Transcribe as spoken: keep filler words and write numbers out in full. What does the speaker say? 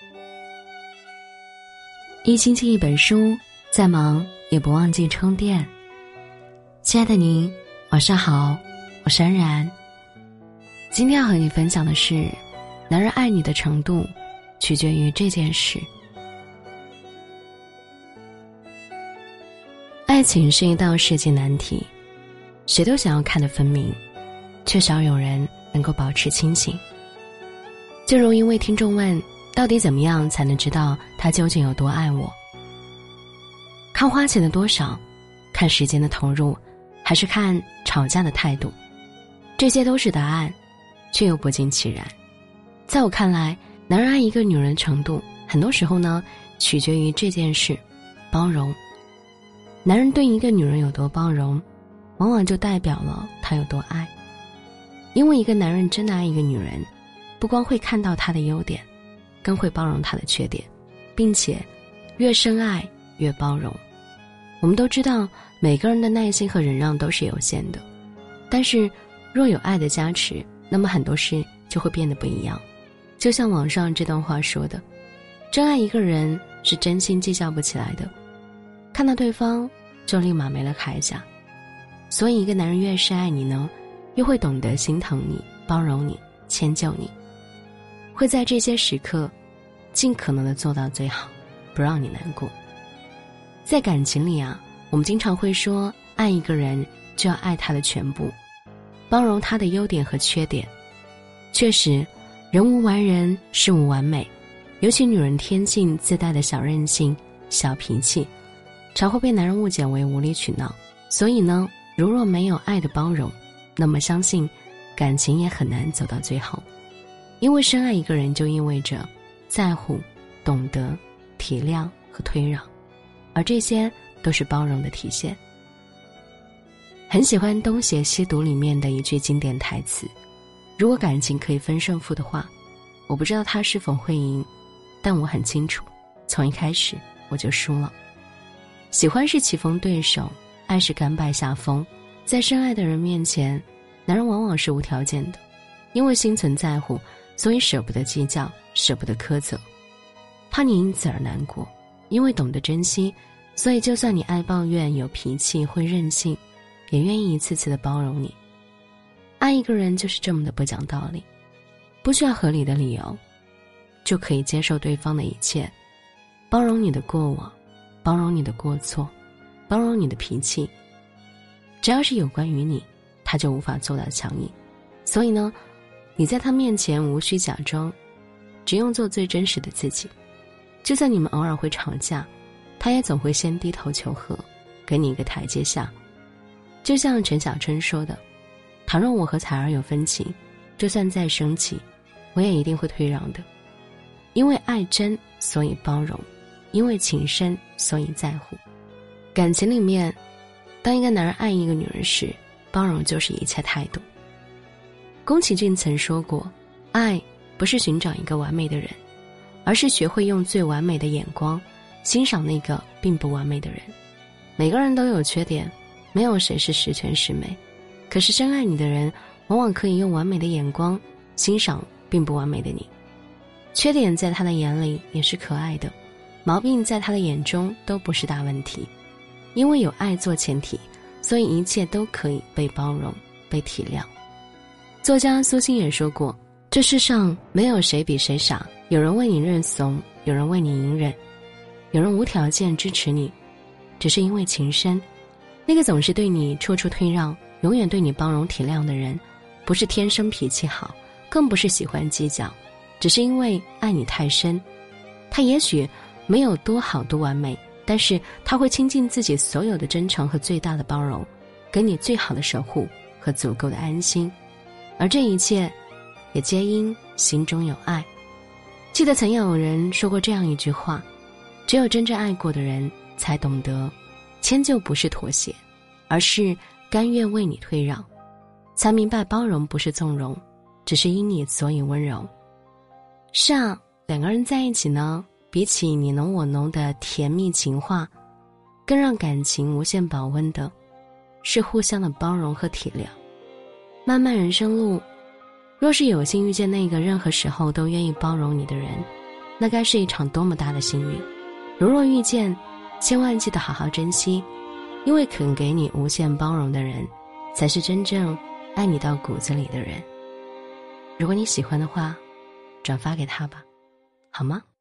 一星期一本书，再忙也不忘记充电。亲爱的您，晚上好，我是安然。今天要和你分享的是，男人爱你的程度取决于这件事。爱情是一道世纪难题，谁都想要看得分明，却少有人能够保持清醒。就如一位听众问，到底怎么样才能知道他究竟有多爱我？看花钱的多少，看时间的投入，还是看吵架的态度？这些都是答案，却又不尽其然。在我看来，男人爱一个女人程度，很多时候呢，取决于这件事：包容。男人对一个女人有多包容，往往就代表了他有多爱。因为一个男人真的爱一个女人，不光会看到她的优点，更会包容她的缺点，并且越深爱越包容。我们都知道，每个人的耐心和忍让都是有限的，但是若有爱的加持，那么很多事就会变得不一样。就像网上这段话说的，真爱一个人是真心计较不起来的，看到对方就立马没了铠甲。所以一个男人越是爱你呢，越会懂得心疼你，包容你，迁就你，会在这些时刻尽可能的做到最好，不让你难过。在感情里啊，我们经常会说，爱一个人就要爱他的全部，包容他的优点和缺点。确实，人无完人，事无完美，尤其女人天性自带的小任性、小脾气，常会被男人误解为无理取闹。所以呢，如若没有爱的包容，那么相信感情也很难走到最后。因为深爱一个人就意味着在乎、懂得、体谅和推让，而这些都是包容的体现。很喜欢《东邪西毒》里面的一句经典台词，如果感情可以分胜负的话，我不知道他是否会赢，但我很清楚，从一开始我就输了。喜欢是棋逢对手，爱是甘拜下风。在深爱的人面前，男人往往是无条件的，因为心存在乎，所以舍不得计较，舍不得苛责，怕你因此而难过。因为懂得珍惜，所以就算你爱抱怨、有脾气、会任性，也愿意一次次的包容你。爱一个人就是这么的不讲道理，不需要合理的理由，就可以接受对方的一切，包容你的过往，包容你的过错，包容你的脾气。只要是有关于你，他就无法做到强硬。所以呢，你在他面前无需假装，只用做最真实的自己。就算你们偶尔会吵架，他也总会先低头求和，给你一个台阶下。就像陈小春说的，倘若我和彩儿有分歧，就算再生气，我也一定会退让的。因为爱真，所以包容；因为情深，所以在乎。感情里面，当一个男人爱一个女人时，包容就是一切态度。宫崎骏曾说过，爱不是寻找一个完美的人，而是学会用最完美的眼光欣赏那个并不完美的人。每个人都有缺点，没有谁是十全十美，可是深爱你的人往往可以用完美的眼光欣赏并不完美的你。缺点在他的眼里也是可爱的，毛病在他的眼中都不是大问题。因为有爱做前提，所以一切都可以被包容、被体谅。作家苏欣也说过，这世上没有谁比谁傻，有人为你认怂，有人为你隐忍，有人无条件支持你，只是因为情深。那个总是对你处处退让，永远对你包容体谅的人，不是天生脾气好，更不是喜欢计较，只是因为爱你太深。他也许没有多好多完美，但是他会倾尽自己所有的真诚和最大的包容，给你最好的守护和足够的安心。而这一切也皆因心中有爱。记得曾有人说过这样一句话，只有真正爱过的人才懂得，迁就不是妥协，而是甘愿为你退让，才明白包容不是纵容，只是因你所以温柔。是啊，两个人在一起呢，比起你侬我侬的甜蜜情话，更让感情无限保温的是互相的包容和体谅。漫漫人生路，若是有幸遇见那个任何时候都愿意包容你的人， 那该是一场多么大的幸运。如若遇见，千万记得好好珍惜，因为肯给你无限包容的人，才是真正爱你到骨子里的人。如果你喜欢的话，转发给他吧，好吗？